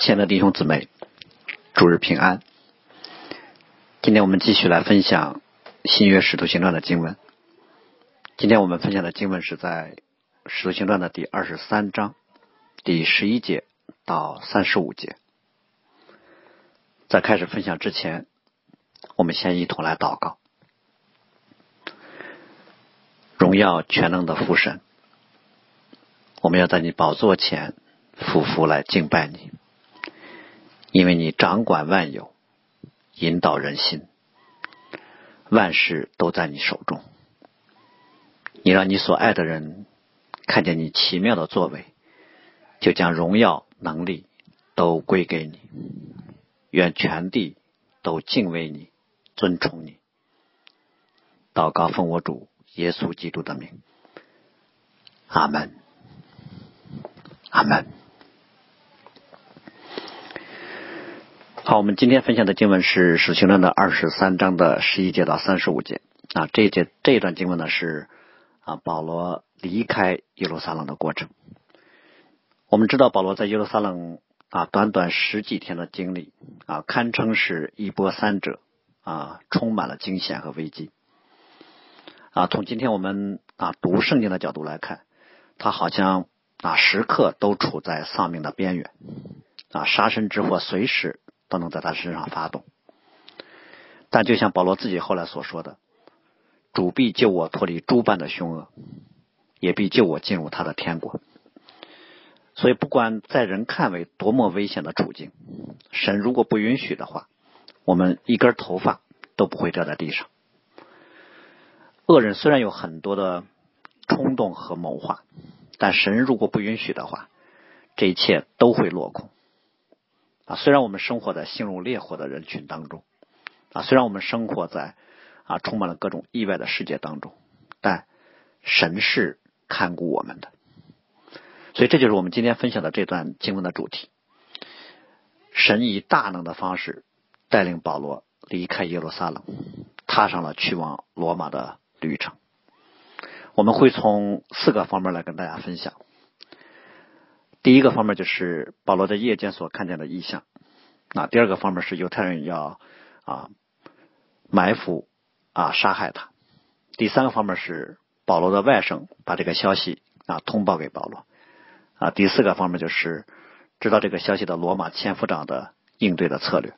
亲爱的弟兄姊妹，主日平安。今天我们继续来分享新约使徒行传的经文。今天我们分享的经文是在使徒行传的第23章第11节到35节。在开始分享之前，我们先一同来祷告。荣耀全能的父神，我们要在你宝座前匍匐来敬拜你，因为你掌管万有，引导人心，万事都在你手中。你让你所爱的人看见你奇妙的作为，就将荣耀能力都归给你。愿全地都敬畏你，尊崇你。祷告奉我主耶稣基督的名，阿们，阿们。好，我们今天分享的经文是使徒行传的23章的11节到35节。这一段经文呢是保罗离开耶路撒冷的过程。我们知道保罗在耶路撒冷短短10几天的经历堪称是一波三折充满了惊险和危机从今天我们读圣经的角度来看，他好像时刻都处在丧命的边缘杀身之祸随时都能在他身上发动。但就像保罗自己后来所说的，主必救我脱离诸般的凶恶，也必救我进入他的天国。所以不管在人看为多么危险的处境，神如果不允许的话，我们一根头发都不会掉在地上。恶人虽然有很多的冲动和谋划，但神如果不允许的话，这一切都会落空虽然我们生活在星如烈火的人群当中虽然我们生活在充满了各种意外的世界当中，但神是看顾我们的。所以这就是我们今天分享的这段经文的主题。神以大能的方式带领保罗离开耶路撒冷，踏上了去往罗马的旅程。我们会从4个方面来跟大家分享。第一个方面就是保罗在夜间所看见的异象第二个方面是犹太人要埋伏杀害他。第三个方面是保罗的外甥把这个消息通报给保罗第四个方面就是知道这个消息的罗马千夫长的应对的策略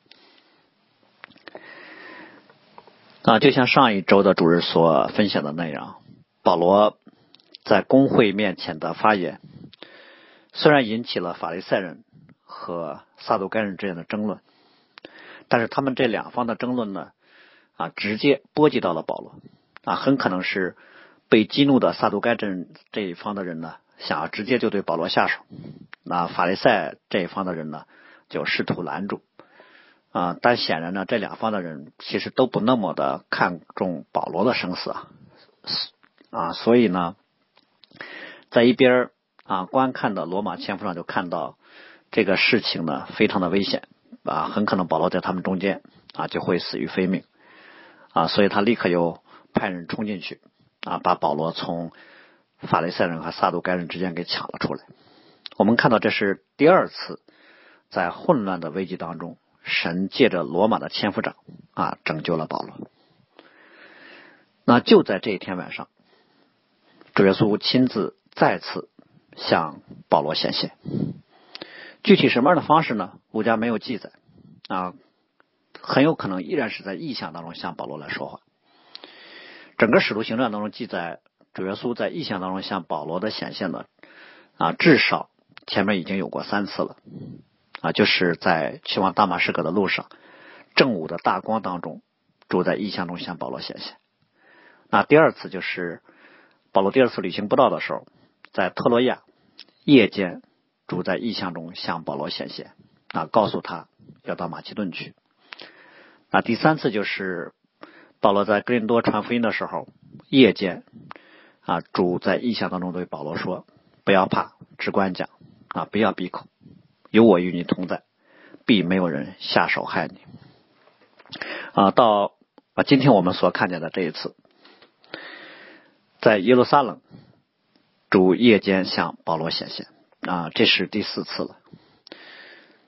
就像上一周的主日所分享的那样，保罗在公会面前的发言虽然引起了法利赛人和撒都该人之间的争论，但是他们这两方的争论呢直接波及到了保罗很可能是被激怒的撒都该人这一方的人呢想要直接就对保罗下手，法利赛这一方的人呢就试图拦住但显然呢这两方的人其实都不那么的看重保罗的生死所以呢在一边观看的罗马千夫长就看到这个事情呢非常的危险很可能保罗在他们中间就会死于非命所以他立刻又派人冲进去把保罗从法利赛人和撒都该人之间给抢了出来。我们看到这是第二次在混乱的危机当中，神借着罗马的千夫长拯救了保罗。那就在这一天晚上，主耶稣亲自再次向保罗显现。具体什么样的方式呢？路加没有记载很有可能依然是在异象当中向保罗来说话。整个使徒行传当中记载主耶稣在异象当中向保罗的显现呢至少前面已经有过3次了就是在去往大马士革的路上，正午的大光当中，主在异象中向保罗显现。第二次就是保罗第二次旅行布道的时候，在特洛亚夜间，主在异象中向保罗显现告诉他要到马其顿去。第三次就是保罗在哥林多传福音的时候，夜间主在异象当中对保罗说，不要怕，只管讲不要闭口，有我与你同在，必没有人下手害你到今天我们所看见的这一次，在耶路撒冷主夜间向保罗显现这是第4次了。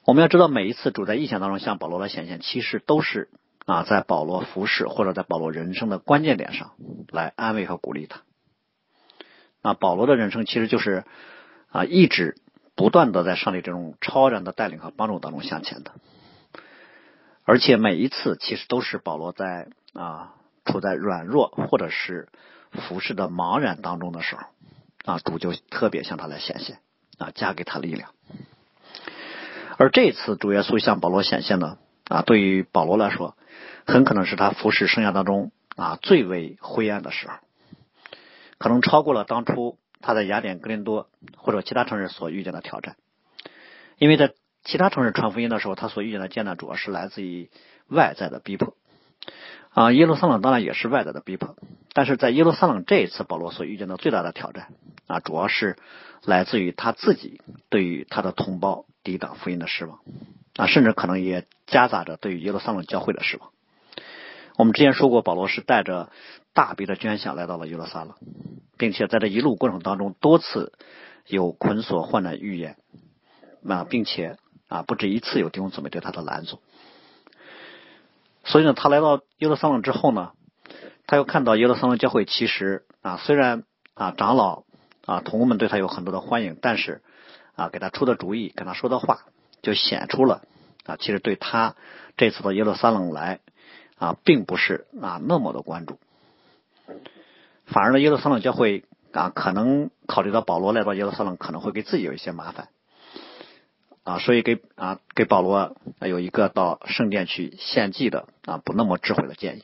我们要知道，每一次主在异象当中向保罗的显现，其实都是在保罗服侍或者在保罗人生的关键点上来安慰和鼓励他。保罗的人生其实就是一直不断的在上帝这种超然的带领和帮助当中向前的，而且每一次其实都是保罗在处在软弱或者是服侍的茫然当中的时候主就特别向他来显现加给他力量。而这次主耶稣向保罗显现呢对于保罗来说，很可能是他服侍生涯当中最为灰暗的时候，可能超过了当初他在雅典、哥林多或者其他城市所遇见的挑战。因为在其他城市传福音的时候，他所遇见的艰难主要是来自于外在的逼迫耶路撒冷当然也是外在的逼迫，但是在耶路撒冷这一次保罗所遇见的最大的挑战主要是来自于他自己对于他的同胞抵挡福音的失望甚至可能也夹杂着对于耶路撒冷教会的失望。我们之前说过，保罗是带着大笔的捐项来到了耶路撒冷，并且在这一路过程当中多次有捆锁患难预言并且不止一次有弟兄姊妹对他的拦阻。所以呢，他来到耶路撒冷之后呢，他又看到耶路撒冷教会其实虽然长老同工们对他有很多的欢迎，但是给他出的主意跟他说的话就显出了其实对他这次到耶路撒冷来并不是那么的关注，反而呢耶路撒冷教会可能考虑到保罗来到耶路撒冷可能会给自己有一些麻烦所以给保罗有一个到圣殿去献祭的不那么智慧的建议。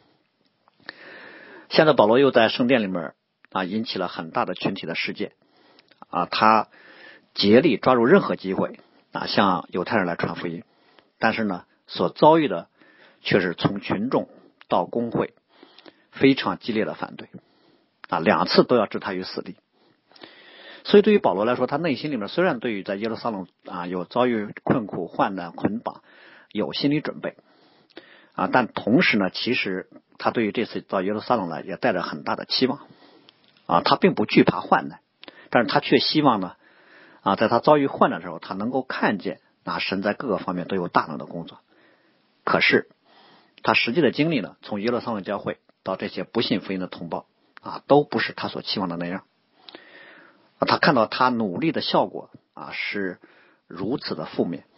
现在保罗又在圣殿里面引起了很大的群体的事件他竭力抓住任何机会向犹太人来传福音，但是呢所遭遇的却是从群众到公会非常激烈的反对两次都要置他于死地。所以对于保罗来说，他内心里面虽然对于在耶路撒冷有遭遇困苦、患难、捆绑有心理准备但同时呢，其实他对于这次到耶路撒冷来也带着很大的期望他并不惧怕患难，但是他却希望呢在他遭遇患难的时候，他能够看见神在各个方面都有大能的工作。可是他实际的经历呢，从耶路撒冷教会到这些不信福音的同胞都不是他所期望的那样他看到他努力的效果是如此的负面。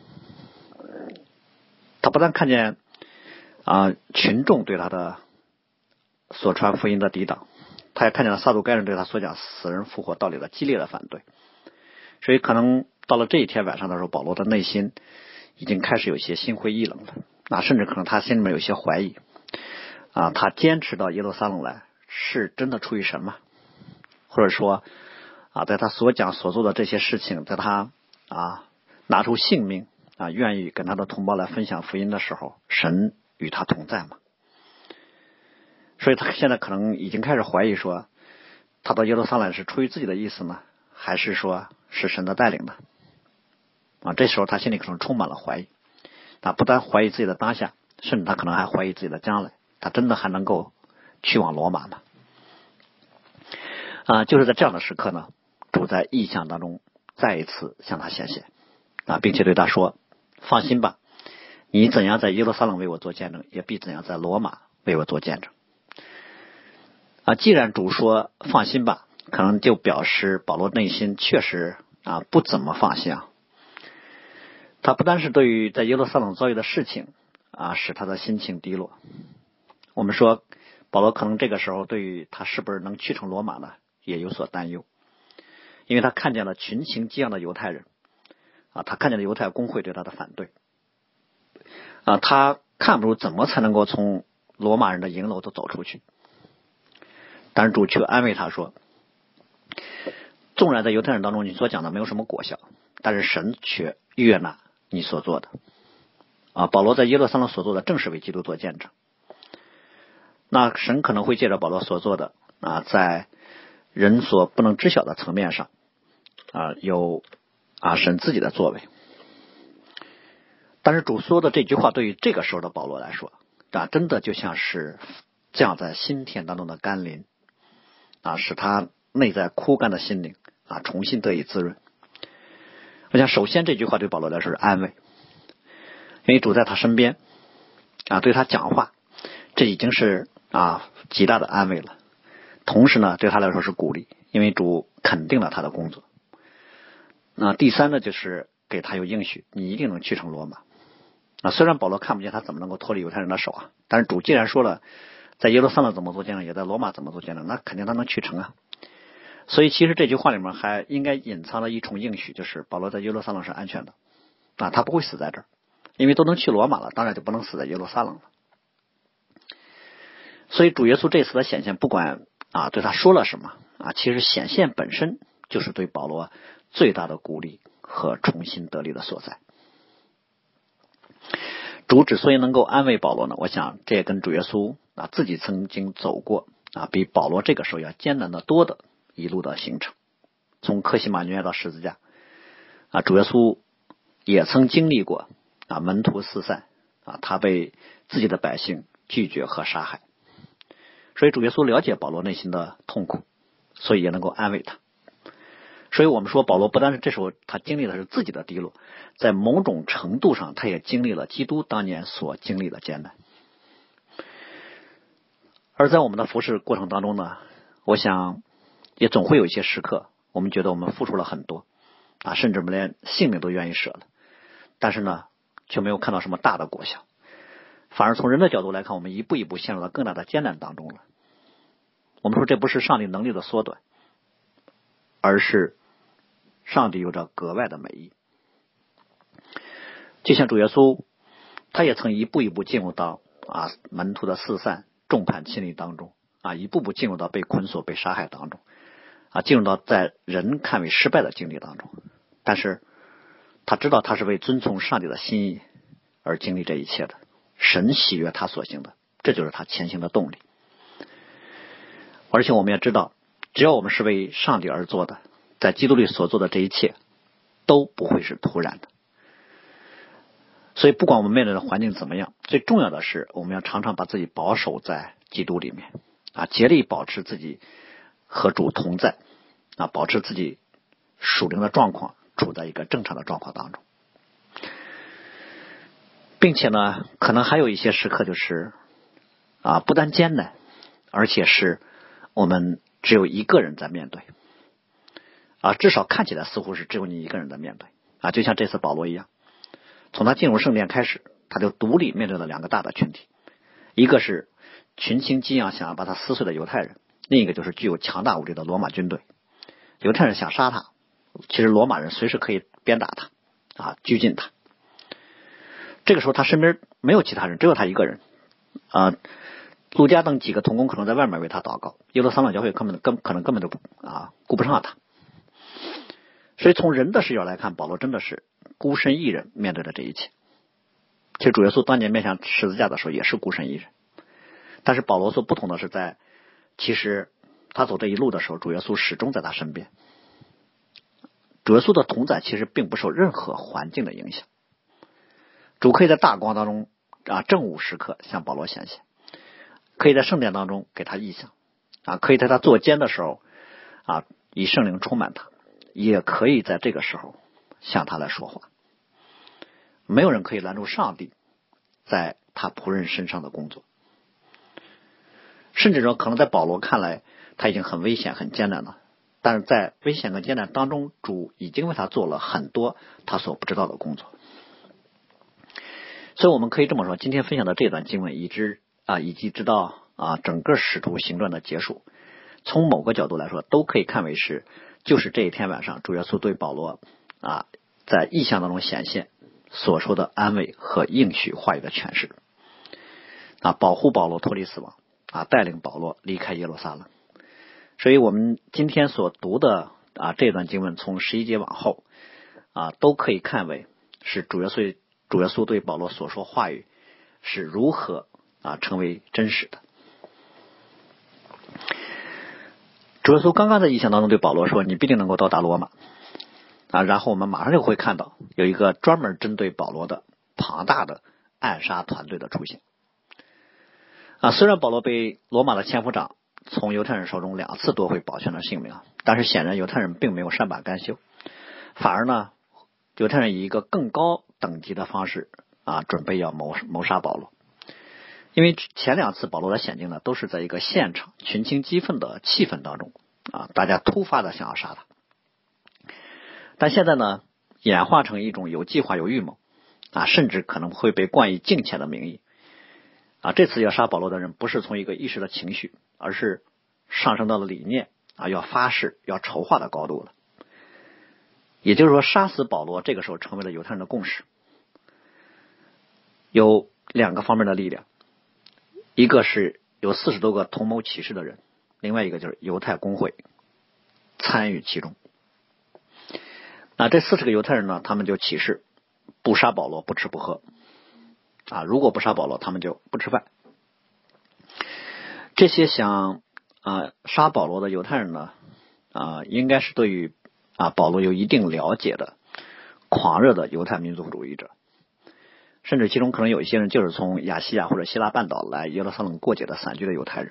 他不但看见群众对他的所传福音的抵挡，他也看见了撒都该人对他所讲死人复活道理的激烈的反对。所以可能到了这一天晚上的时候，保罗的内心已经开始有些心灰意冷了甚至可能他心里面有些怀疑他坚持到耶路撒冷来是真的出于什么，或者说在他所讲所做的这些事情，在他拿出性命愿意跟他的同胞来分享福音的时候，神与他同在吗？所以他现在可能已经开始怀疑说，他到耶路撒冷是出于自己的意思呢，还是说是神的带领呢这时候他心里可能充满了怀疑不单怀疑自己的当下，甚至他可能还怀疑自己的将来，他真的还能够去往罗马吗就是在这样的时刻呢，主在异象当中再一次向他显现并且对他说，放心吧，你怎样在耶路撒冷为我做见证，也必怎样在罗马为我做见证既然主说放心吧，可能就表示保罗内心确实不怎么放心他不单是对于在耶路撒冷遭遇的事情使他的心情低落。我们说保罗可能这个时候对于他是不是能去成罗马呢也有所担忧，因为他看见了群情激昂的犹太人他看见了犹太公会对他的反对他看不出怎么才能够从罗马人的营楼都走出去。但是主却安慰他说，纵然在犹太人当中你所讲的没有什么果效，但是神却悦纳你所做的保罗在耶路撒冷所做的正是为基督做见证。那神可能会借着保罗所做的在人所不能知晓的层面上有神自己的作为。但是主说的这句话对于这个时候的保罗来说真的就像是降在心田当中的甘霖使他内在枯干的心灵重新得以滋润。我想首先这句话对保罗来说是安慰因为主在他身边对他讲话，这已经是极大的安慰了。同时呢，对他来说是鼓励，因为主肯定了他的工作。那第三呢，就是给他有应许，你一定能去成罗马。虽然保罗看不见他怎么能够脱离犹太人的手但是主既然说了在耶路撒冷怎么做见证，也在罗马怎么做见证，那肯定他能去成所以其实这句话里面还应该隐藏了一重应许，就是保罗在耶路撒冷是安全的他不会死在这儿，因为都能去罗马了，当然就不能死在耶路撒冷了。所以主耶稣这次的显现，不管对他说了什么其实显现本身就是对保罗最大的鼓励和重新得力的所在。主之所以能够安慰保罗呢，我想这也跟主耶稣自己曾经走过比保罗这个时候要艰难的多的一路的行程，从客西马尼园到十字架主耶稣也曾经历过门徒四散他被自己的百姓拒绝和杀害，所以主耶稣了解保罗内心的痛苦，所以也能够安慰他。所以我们说保罗不单是这时候他经历的是自己的低落，在某种程度上他也经历了基督当年所经历的艰难。而在我们的服事过程当中呢，我想也总会有一些时刻我们觉得我们付出了很多甚至我们连性命都愿意舍了，但是呢却没有看到什么大的果效，反而从人的角度来看，我们一步一步陷入到更大的艰难当中了。我们说这不是上帝能力的缩短，而是上帝有着格外的美意。就像主耶稣他也曾一步一步进入到门徒的四散众叛亲离当中一步步进入到被捆锁被杀害当中进入到在人看为失败的经历当中，但是他知道他是为遵从上帝的心意而经历这一切的，神喜悦他所行的，这就是他前行的动力。而且我们也知道，只要我们是为上帝而做的，在基督里所做的这一切都不会是突然的。所以不管我们面对的环境怎么样，最重要的是我们要常常把自己保守在基督里面竭力保持自己和主同在保持自己属灵的状况处在一个正常的状况当中。并且呢可能还有一些时刻就是不但艰难，而且是我们只有一个人在面对至少看起来似乎是只有你一个人在面对就像这次保罗一样，从他进入圣殿开始，他就独立面对了两个大的群体，一个是群情激昂想要把他撕碎的犹太人，另一个就是具有强大武力的罗马军队。犹太人想杀他，其实罗马人随时可以鞭打他拘禁他。这个时候他身边没有其他人，只有他一个人路加等几个同工可能在外面为他祷告，耶路撒冷教会可能根本就顾不上他。所以从人的视角来看，保罗真的是孤身一人面对了这一切。其实主耶稣当年面向十字架的时候也是孤身一人，但是保罗所不同的是其实他走这一路的时候，主耶稣始终在他身边。主耶稣的同在其实并不受任何环境的影响，主可以在大光当中正午时刻向保罗显现，可以在圣殿当中给他异象可以在他坐监的时候以圣灵充满他，也可以在这个时候向他来说话。没有人可以拦住上帝在他仆人身上的工作，甚至说可能在保罗看来他已经很危险很艰难了，但是在危险和艰难当中，主已经为他做了很多他所不知道的工作。所以我们可以这么说，今天分享的这段经文以及直到整个使徒行传的结束，从某个角度来说都可以看为就是这一天晚上主耶稣对保罗在异象当中显现所说的安慰和应许话语的诠释保护保罗脱离死亡带领保罗离开耶路撒冷。所以我们今天所读的这段经文从11节往后都可以看为是主耶稣对保罗所说话语是如何成为真实的。主耶稣刚刚在异象当中对保罗说，你必定能够到达罗马然后我们马上就会看到有一个专门针对保罗的庞大的暗杀团队的出现虽然保罗被罗马的千夫长从犹太人手中2次夺回保全的性命但是显然犹太人并没有善罢甘休，反而呢犹太人以一个更高等级的方式准备要谋杀保罗。因为前2次保罗的险境呢，都是在一个现场群情激愤的气氛当中大家突发的想要杀他。但现在呢，演化成一种有计划有预谋甚至可能会被冠以敬虔的名义这次要杀保罗的人不是从一个一时的情绪，而是上升到了理念要发誓要筹划的高度了。也就是说，杀死保罗这个时候成为了犹太人的共识。有2个方面的力量，一个是有40多个同谋起事的人，另外一个就是犹太公会参与其中。那这40个犹太人呢，他们就起誓不杀保罗，不吃不喝如果不杀保罗，他们就不吃饭。这些想杀保罗的犹太人呢应该是对于保罗有一定了解的狂热的犹太民族主义者，甚至其中可能有一些人就是从亚细亚或者希腊半岛来耶路撒冷过节的散居的犹太人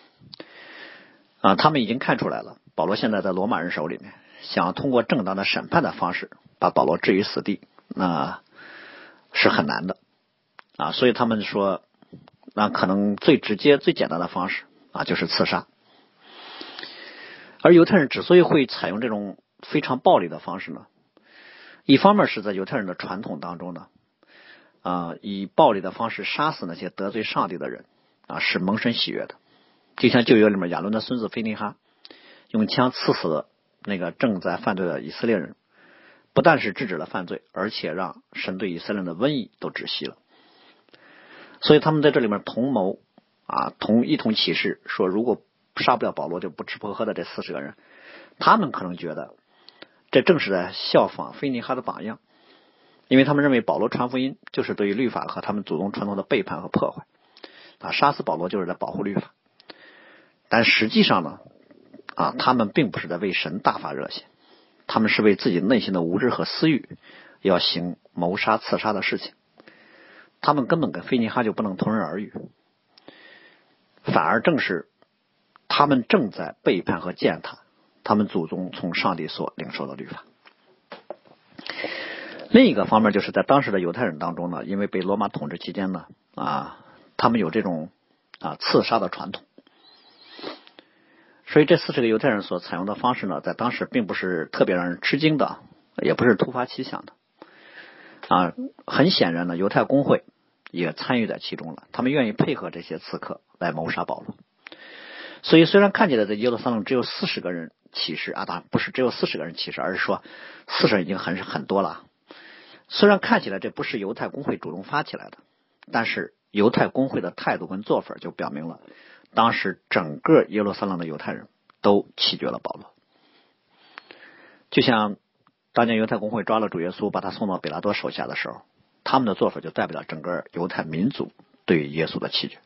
他们已经看出来了，保罗现在在罗马人手里面，想要通过正当的审判的方式把保罗置于死地，那是很难的所以他们说，那可能最直接最简单的方式就是刺杀。而犹太人之所以会采用这种非常暴力的方式呢，一方面是在犹太人的传统当中呢以暴力的方式杀死那些得罪上帝的人是蒙神喜悦的。就像旧约里面亚伦的孙子菲尼哈用枪刺死了那个正在犯罪的以色列人，不但是制止了犯罪，而且让神对以色列人的瘟疫都止息了。所以他们在这里面同谋一同起誓说，如果杀不了保罗就不吃不喝的这40个人，他们可能觉得这正是在效仿菲尼哈的榜样，因为他们认为保罗传福音就是对于律法和他们祖宗传统的背叛和破坏杀死保罗就是在保护律法。但实际上呢他们并不是在为神大发热心，他们是为自己内心的无知和私欲要行谋杀刺杀的事情。他们根本跟菲尼哈就不能同日而语，反而正是他们正在背叛和践踏他们祖宗从上帝所领受的律法。另一个方面就是在当时的犹太人当中呢，因为被罗马统治期间呢他们有这种刺杀的传统，所以这40个犹太人所采用的方式呢，在当时并不是特别让人吃惊的，也不是突发奇想的很显然呢，犹太公会也参与在其中了，他们愿意配合这些刺客来谋杀保罗。所以虽然看起来在耶路撒冷只有40个人起誓当然不是只有40个人起誓，而是说40人已经很多了。虽然看起来这不是犹太公会主动发起来的，但是犹太公会的态度跟做法就表明了，当时整个耶路撒冷的犹太人都弃绝了保罗。就像当年犹太公会抓了主耶稣，把他送到比拉多手下的时候，他们的做法就代表了整个犹太民族对于耶稣的弃绝。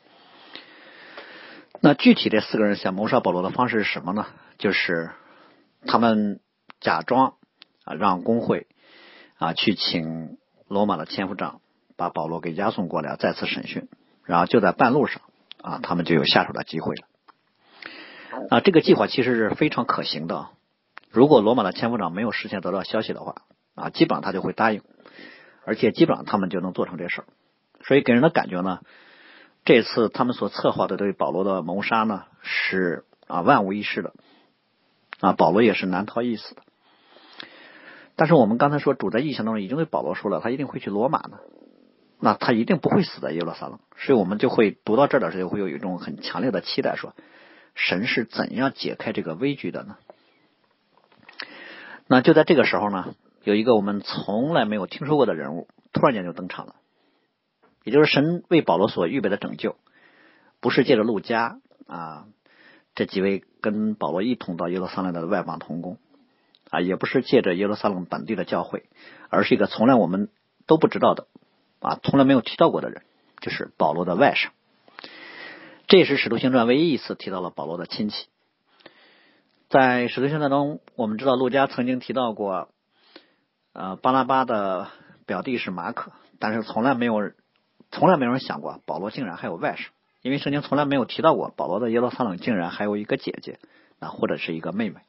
那具体这4个人想谋杀保罗的方式是什么呢？就是他们假装让公会去请罗马的千夫长把保罗给押送过来再次审讯，然后就在半路上他们就有下手的机会了这个计划其实是非常可行的如果罗马的千夫长没有事先得到消息的话基本上他就会答应，而且基本上他们就能做成这事儿。所以给人的感觉呢，这次他们所策划的对保罗的谋杀呢是万无一失的保罗也是难逃一死的。但是我们刚才说主在异象当中已经对保罗说了，他一定会去罗马呢，那他一定不会死在耶路撒冷。所以我们就会读到这儿的时候会有一种很强烈的期待，说神是怎样解开这个危局的呢？那就在这个时候呢，有一个我们从来没有听说过的人物突然间就登场了，也就是神为保罗所预备的拯救不是借着路加这几位跟保罗一同到耶路撒冷的外邦同工也不是借着耶路撒冷本地的教会，而是一个从来我们都不知道的从来没有提到过的人，就是保罗的外甥。这也是使徒行传唯一一次提到了保罗的亲戚。在使徒行传中我们知道路加曾经提到过巴拿巴的表弟是马可，但是从来没有人想过保罗竟然还有外甥，因为圣经从来没有提到过保罗的耶路撒冷竟然还有一个姐姐或者是一个妹妹。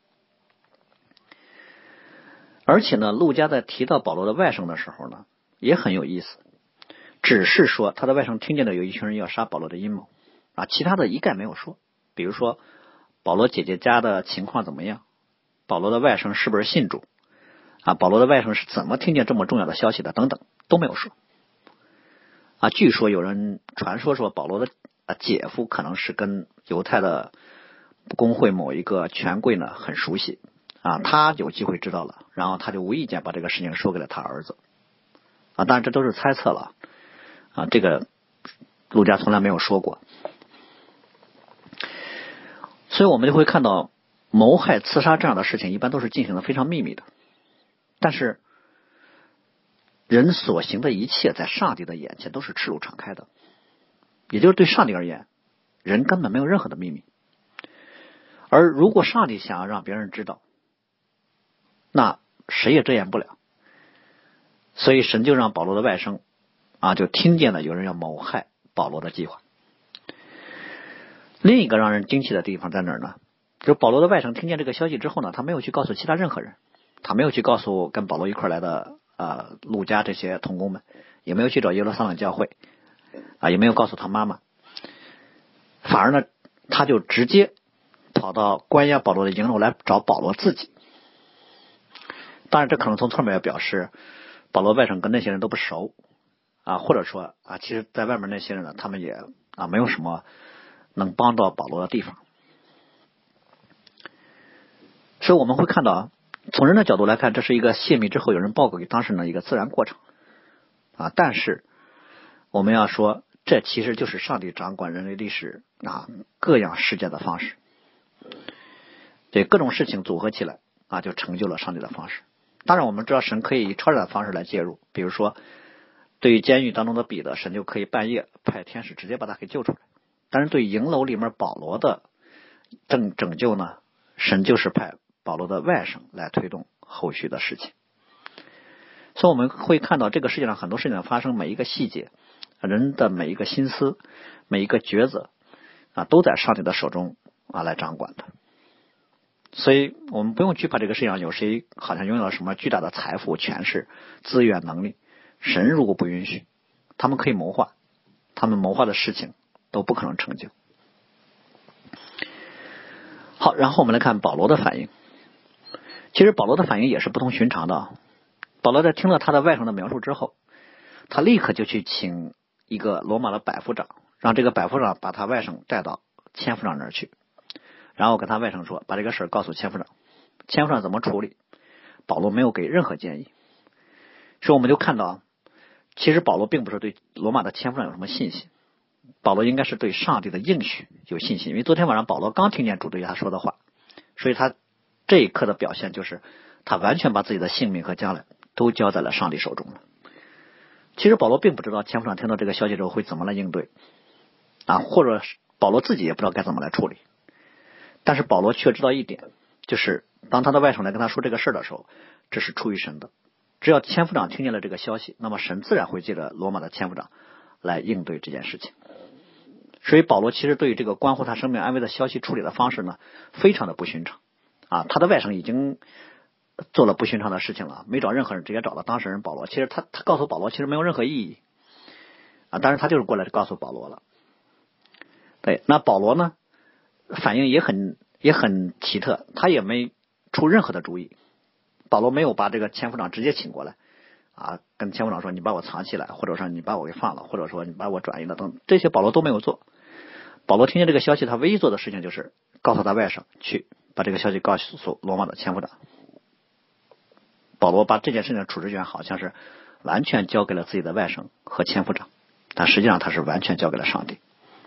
而且呢，路加在提到保罗的外甥的时候呢也很有意思， 只是说他的外甥听见了有一群人要杀保罗的阴谋啊，其他的一概没有说。比如说保罗姐姐家的情况怎么样，保罗的外甥是不是信主啊，保罗的外甥是怎么听见这么重要的消息的等等都没有说啊。据说有人传说说保罗的姐夫可能是跟犹太的公会某一个权贵呢很熟悉啊，他有机会知道了，然后他就无意间把这个事情说给了他儿子啊，当然这都是猜测了啊，这个路加从来没有说过。所以我们就会看到谋害刺杀这样的事情一般都是进行的非常秘密的，但是人所行的一切在上帝的眼前都是赤露敞开的，也就是对上帝而言，人根本没有任何的秘密。而如果上帝想要让别人知道，那谁也遮掩不了，所以神就让保罗的外甥就听见了有人要谋害保罗的计划。另一个让人惊奇的地方在哪儿呢？就是保罗的外甥听见这个消息之后呢，他没有去告诉其他任何人，他没有去告诉跟保罗一块来的路加这些同工们，也没有去找耶路撒冷教会也没有告诉他妈妈，反而呢他就直接跑到关押保罗的营楼来找保罗自己。当然这可能从侧面表示保罗外甥跟那些人都不熟或者说其实在外面那些人呢，他们也没有什么能帮到保罗的地方。所以我们会看到从人的角度来看，这是一个泄密之后有人报告给当事人的一个自然过程但是我们要说这其实就是上帝掌管人类历史各样事件的方式，对各种事情组合起来就成就了上帝的方式。当然我们知道神可以以超然的方式来介入，比如说对于监狱当中的彼得，神就可以半夜派天使直接把他给救出来。但是对营楼里面保罗的拯救呢，神就是派保罗的外甥来推动后续的事情。所以我们会看到这个世界上很多事情的发生，每一个细节，人的每一个心思，每一个抉择都在上帝的手中来掌管的。所以我们不用惧怕这个世界上有谁好像拥有了什么巨大的财富、权势、资源、能力，神如果不允许，他们可以谋划，他们谋划的事情都不可能成就。好，然后我们来看保罗的反应。其实保罗的反应也是不同寻常的保罗在听了他的外甥的描述之后，他立刻就去请一个罗马的百夫长，让这个百夫长把他外甥带到千夫长那儿去，然后跟他外甥说，把这个事告诉千夫长，千夫长怎么处理，保罗没有给任何建议。所以我们就看到其实保罗并不是对罗马的千夫长有什么信心，保罗应该是对上帝的应许有信心，因为昨天晚上保罗刚听见主对他说的话，所以他这一刻的表现就是他完全把自己的性命和将来都交在了上帝手中了。其实保罗并不知道千夫长听到这个消息之后会怎么来应对或者保罗自己也不知道该怎么来处理，但是保罗却知道一点，就是当他的外甥来跟他说这个事的时候，这是出于神的。只要千夫长听见了这个消息，那么神自然会借着罗马的千夫长来应对这件事情。所以保罗其实对于这个关乎他生命安危的消息处理的方式呢，非常的不寻常他的外甥已经做了不寻常的事情了，没找任何人，直接找了当事人保罗。其实他告诉保罗其实没有任何意义当然他就是过来告诉保罗了。对，那保罗呢反应也很奇特，他也没出任何的主意。保罗没有把这个千夫长直接请过来跟千夫长说你把我藏起来，或者说你把我给放了，或者说你把我转移了等，这些保罗都没有做。保罗听见这个消息，他唯一做的事情就是告诉他外甥去把这个消息告诉罗马的千夫长。保罗把这件事情的处置权好像是完全交给了自己的外甥和千夫长，但实际上他是完全交给了上帝。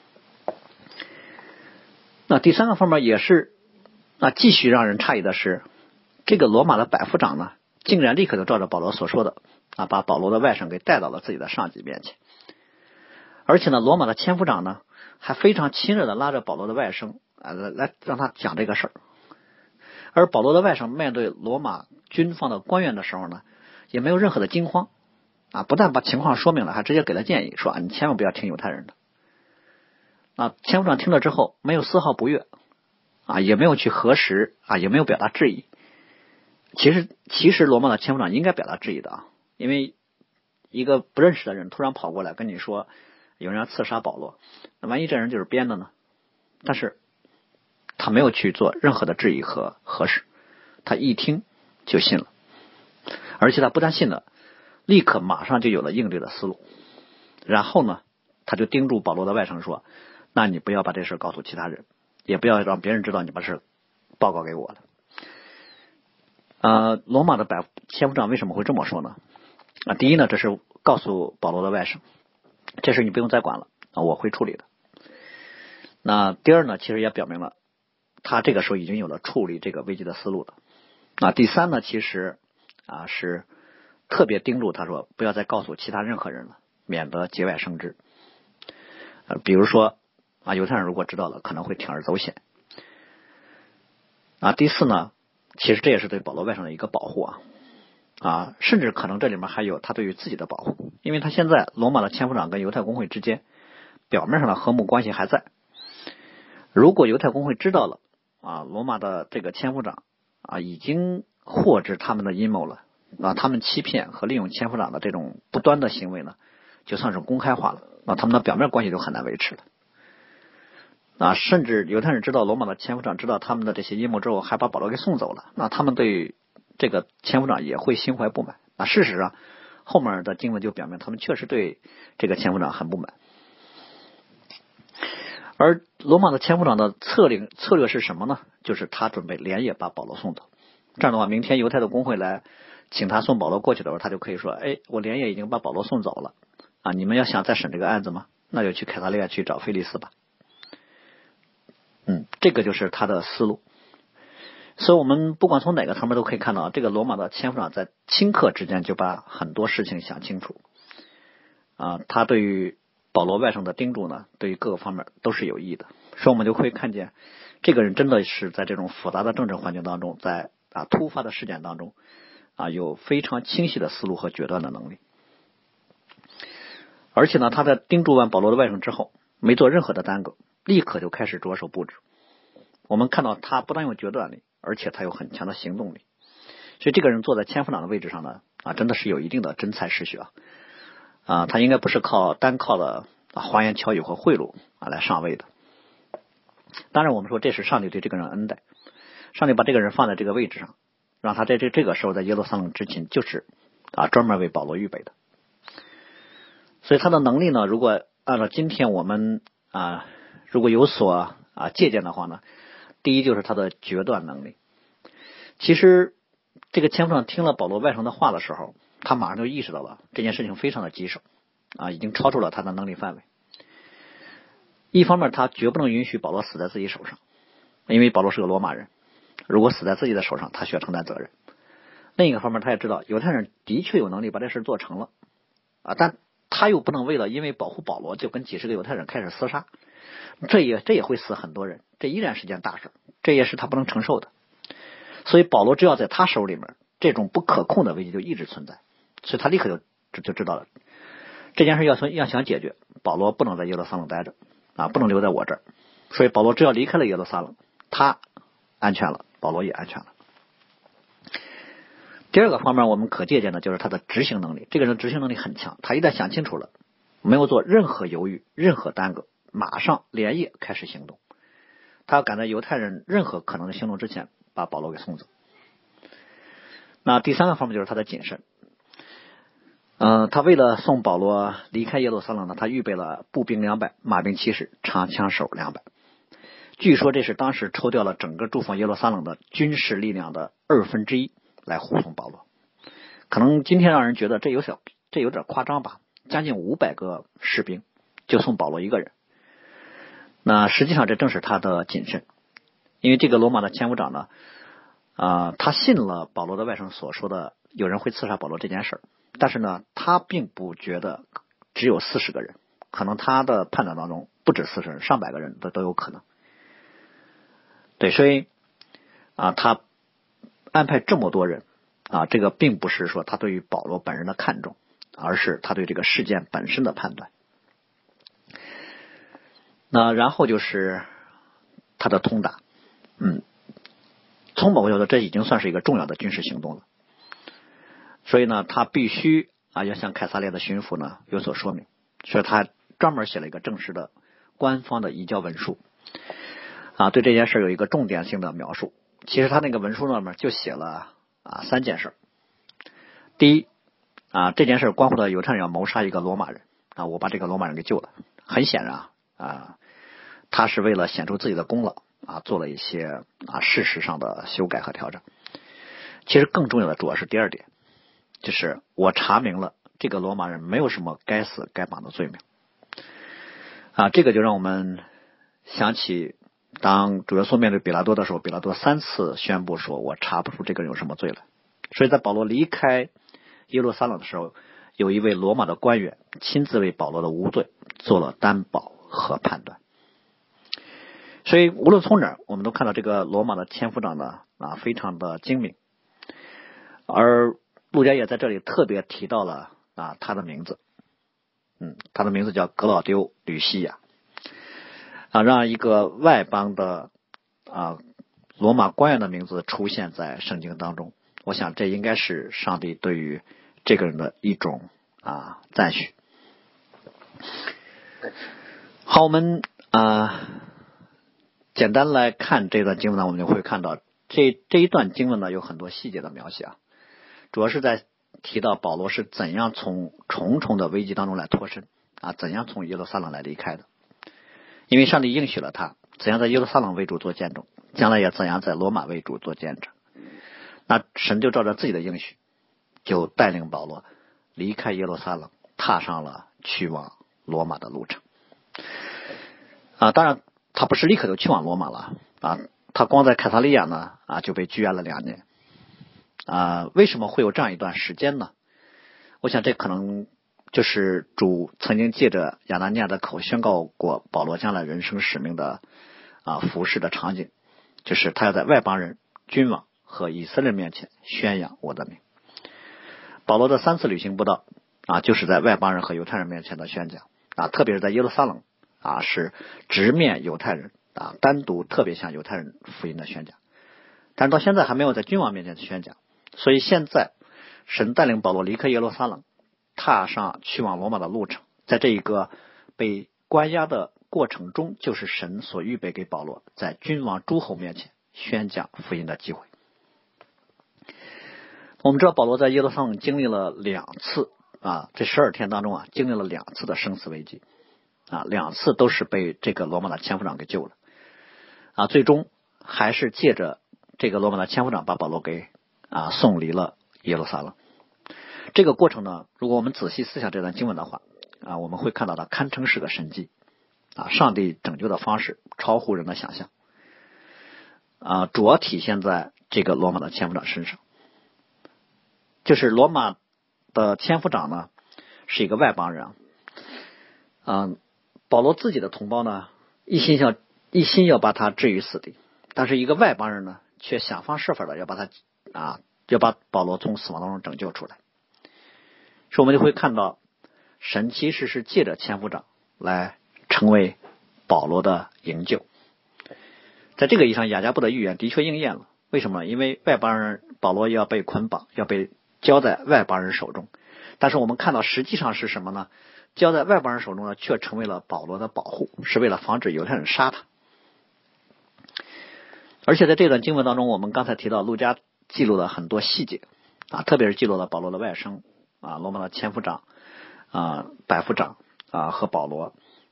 那第三个方面也是继续让人诧异的是，这个罗马的百夫长呢，竟然立刻就照着保罗所说的把保罗的外甥给带到了自己的上级面前。而且呢，罗马的千夫长呢还非常亲热的拉着保罗的外甥来让他讲这个事儿。而保罗的外甥面对罗马军方的官员的时候呢，也没有任何的惊慌不但把情况说明了，还直接给了建议，说你千万不要听犹太人的。千夫长听了之后没有丝毫不悦也没有去核实也没有表达质疑。其实罗马的千夫长应该表达质疑的因为一个不认识的人突然跑过来跟你说有人要刺杀保罗，那万一这人就是编的呢？但是他没有去做任何的质疑和核实，他一听就信了，而且他不但信了，立刻马上就有了应对的思路。然后呢，他就叮嘱保罗的外甥说，那你不要把这事告诉其他人，也不要让别人知道你把事报告给我了。罗马的千夫长为什么会这么说呢？第一呢，这是告诉保罗的外甥，这事你不用再管了，我会处理的。那第二呢，其实也表明了他这个时候已经有了处理这个危机的思路了。第三呢，其实是特别叮嘱他说，不要再告诉其他任何人了，免得节外生枝。比如说犹太人如果知道了，可能会铤而走险。第四呢，其实这也是对保罗外甥的一个保护甚至可能这里面还有他对于自己的保护，因为他现在罗马的千夫长跟犹太公会之间表面上的和睦关系还在。如果犹太公会知道了罗马的这个千夫长已经获知他们的阴谋了，他们欺骗和利用千夫长的这种不端的行为呢，就算是公开化了，他们的表面关系就很难维持了。甚至犹太人知道罗马的千夫长知道他们的这些阴谋之后，还把保罗给送走了，那他们对这个千夫长也会心怀不满。事实上后面的经文就表明他们确实对这个千夫长很不满。而罗马的千夫长的策略是什么呢？就是他准备连夜把保罗送走，这样的话明天犹太的公会来请他送保罗过去的时候，他就可以说，我连夜已经把保罗送走了你们要想再审这个案子吗？那就去凯撒利亚去找菲利斯吧。这个就是他的思路。所以我们不管从哪个层面都可以看到，这个罗马的千夫长在顷刻之间就把很多事情想清楚他对于保罗外甥的叮嘱呢，对于各个方面都是有益的。所以我们就会看见这个人真的是在这种复杂的政治环境当中，在突发的事件当中有非常清晰的思路和决断的能力。而且呢，他在叮嘱完保罗的外甥之后，没做任何的耽搁，立刻就开始着手布置。我们看到他不但有决断力，而且他有很强的行动力。所以这个人坐在千夫长的位置上呢真的是有一定的真才实学他应该不是单靠了花言巧语和贿赂来上位的。当然我们说这是上帝对这个人恩待，上帝把这个人放在这个位置上，让他在这个时候在耶路撒冷执勤，就是专门为保罗预备的。所以他的能力呢，如果按照今天我们如果有所借鉴的话呢，第一就是他的决断能力。其实这个千夫长听了保罗外甥的话的时候，他马上就意识到了这件事情非常的棘手已经超出了他的能力范围。一方面他绝不能允许保罗死在自己手上，因为保罗是个罗马人，如果死在自己的手上，他需要承担责任。另一个方面他也知道犹太人的确有能力把这事做成了但他又不能因为保护保罗就跟几十个犹太人开始厮杀，这也会死很多人，这依然是件大事，这也是他不能承受的。所以保罗只要在他手里面，这种不可控的危机就一直存在。所以他立刻就知道了这件事要想解决，保罗不能在耶路撒冷待着不能留在我这儿。所以保罗只要离开了耶路撒冷，他安全了，保罗也安全了。第二个方面我们可借鉴的就是他的执行能力。这个人执行能力很强，他一旦想清楚了，没有做任何犹豫任何耽搁，马上连夜开始行动。他要赶在犹太人任何可能的行动之前把保罗给送走。那第三个方面就是他的谨慎。他为了送保罗离开耶路撒冷呢，他预备了步兵200，马兵70，长枪手200。据说这是当时抽调了整个驻防耶路撒冷的军事力量的1/2来护送保罗。可能今天让人觉得这有点夸张吧，将近500个士兵就送保罗一个人。那实际上这正是他的谨慎，因为这个罗马的千夫长呢他信了保罗的外甥所说的有人会刺杀保罗这件事，但是呢他并不觉得只有40个人，可能他的判断当中不止40人，上百个人都有可能。对，所以他安排这么多人这个并不是说他对于保罗本人的看重，而是他对这个事件本身的判断。那然后就是他的通达。从某个角度这已经算是一个重要的军事行动了。所以呢他必须要向凯撒列的巡抚呢有所说明，所以他专门写了一个正式的官方的移交文书对这件事有一个重点性的描述。其实他那个文书上面就写了3件事。第一这件事关乎到犹太人要谋杀一个罗马人我把这个罗马人给救了。很显然他是为了显出自己的功劳做了一些事实上的修改和调整。其实更重要的主要是第2点，就是我查明了这个罗马人没有什么该死该绑的罪名这个就让我们想起当主耶稣面对比拉多的时候，比拉多3次宣布说我查不出这个人有什么罪来。所以在保罗离开耶路撒冷的时候，有一位罗马的官员亲自为保罗的无罪做了担保和判断。所以无论从哪儿，我们都看到这个罗马的千夫长呢非常的精明。而路加也在这里特别提到了他的名字，他的名字叫格老丢吕西亚让一个外邦的罗马官员的名字出现在圣经当中。我想这应该是上帝对于这个人的一种赞许。好，我们简单来看这段经文呢，我们就会看到这一段经文呢有很多细节的描写主要是在提到保罗是怎样从重重的危机当中来脱身怎样从耶路撒冷来离开的。因为上帝应许了他怎样在耶路撒冷为主做见证，将来也怎样在罗马为主做见证。那神就照着自己的应许，就带领保罗离开耶路撒冷，踏上了去往罗马的路程当然他不是立刻就去往罗马了他光在凯撒利亚呢就被拘押了2年为什么会有这样一段时间呢？我想这可能就是主曾经借着亚拿尼亚的口宣告过保罗将来人生使命的服事的场景，就是他要在外邦人、君王和以色列面前宣扬我的名。保罗的3次旅行布道就是在外邦人和犹太人面前的宣讲特别是在耶路撒冷是直面犹太人单独特别向犹太人福音的宣讲。但是到现在还没有在君王面前宣讲，所以现在神带领保罗离开耶路撒冷，踏上去往罗马的路程。在这一个被关押的过程中，就是神所预备给保罗在君王诸侯面前宣讲福音的机会。我们知道保罗在耶路撒冷经历了2次这12天当中经历了2次的生死危机2次都是被这个罗马的千夫长给救了最终还是借着这个罗马的千夫长把保罗给送离了耶路撒冷。这个过程呢，如果我们仔细思想这段经文的话我们会看到它堪称是个神迹上帝拯救的方式超乎人的想象主要体现在这个罗马的千夫长身上。就是罗马的千夫长呢是一个外邦人保罗自己的同胞呢一心要把他置于死地，但是一个外邦人呢却想方设法的要把保罗从死亡当中拯救出来。所以我们就会看到神其实是借着千夫长来成为保罗的营救。在这个意义上，雅各布的预言的确应验了。为什么？因为外邦人保罗要被捆绑，要被交在外邦人手中，但是我们看到实际上是什么呢？交在外邦人手中呢，却成为了保罗的保护，是为了防止犹太人杀他。而且在这段经文当中，我们刚才提到路加记录了很多细节特别是记录了保罗的外甥罗马的千夫长百夫长和保罗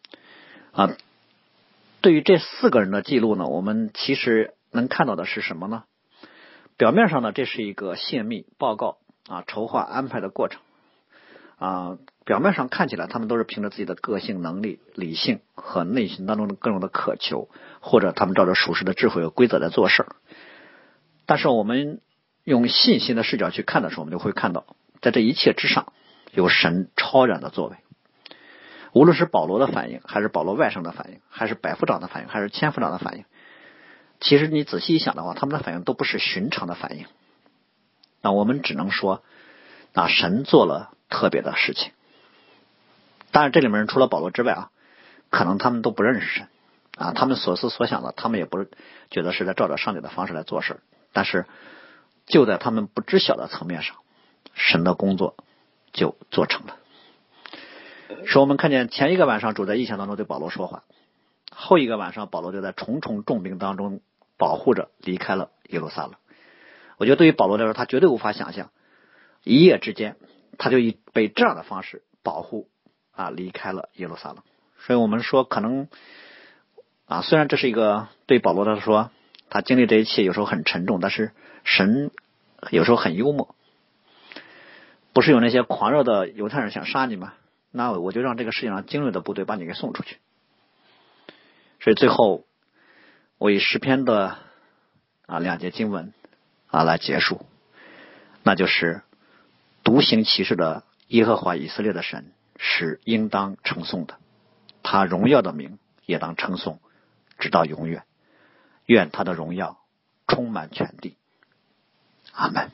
对于这4个人的记录呢，我们其实能看到的是什么呢？表面上呢，这是一个泄密报告筹划安排的过程表面上看起来他们都是凭着自己的个性能力、理性和内心当中的各种的渴求，或者他们照着属实的智慧和规则在做事。但是我们用信心的视角去看的时候，我们就会看到在这一切之上有神超然的作为。无论是保罗的反应，还是保罗外甥的反应，还是百夫长的反应，还是千夫长的反应，其实你仔细一想的话，他们的反应都不是寻常的反应。那我们只能说神做了特别的事情。当然这里面除了保罗之外可能他们都不认识神他们所思所想的，他们也不是觉得是在照着上帝的方式来做事，但是就在他们不知晓的层面上，神的工作就做成了。使我们看见前一个晚上主在异象当中对保罗说话，后一个晚上保罗就在重重重病当中保护着离开了耶路撒冷。我觉得对于保罗来说，他绝对无法想象一夜之间他就以被这样的方式保护离开了耶路撒冷。所以我们说可能虽然这是一个对保罗来说他经历这一切有时候很沉重，但是神有时候很幽默。不是有那些狂热的犹太人想杀你吗？那我就让这个世界上精锐的部队把你给送出去。所以最后我以诗篇的2节经文来结束，那就是独行其事的耶和华以色列的神是应当称颂的，他荣耀的名也当称颂直到永远，愿他的荣耀充满全地。阿们。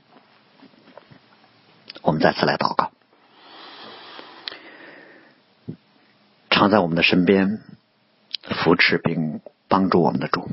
我们再次来祷告。常在我们的身边扶持并帮助我们的主，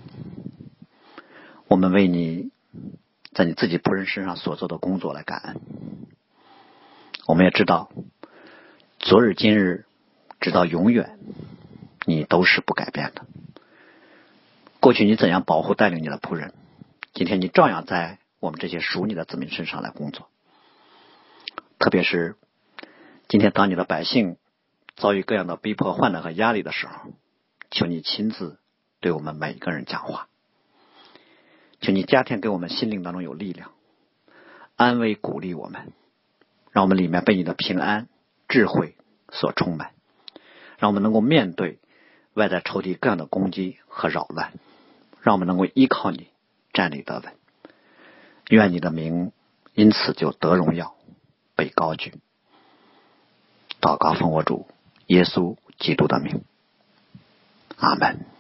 我们为你在你自己仆人身上所做的工作来感恩。我们也知道昨日今日直到永远你都是不改变的。过去你怎样保护带领你的仆人，今天你照样在我们这些属你的子民身上来工作。特别是今天当你的百姓遭遇各样的逼迫患难和压力的时候，求你亲自对我们每一个人讲话，求你加添给我们心灵当中有力量，安慰鼓励我们，让我们里面被你的平安智慧所充满，让我们能够面对外在仇敌各样的攻击和扰乱，让我们能够依靠你站立得稳。愿你的名因此就得荣耀被高举。祷告奉我主耶稣基督的名，阿们。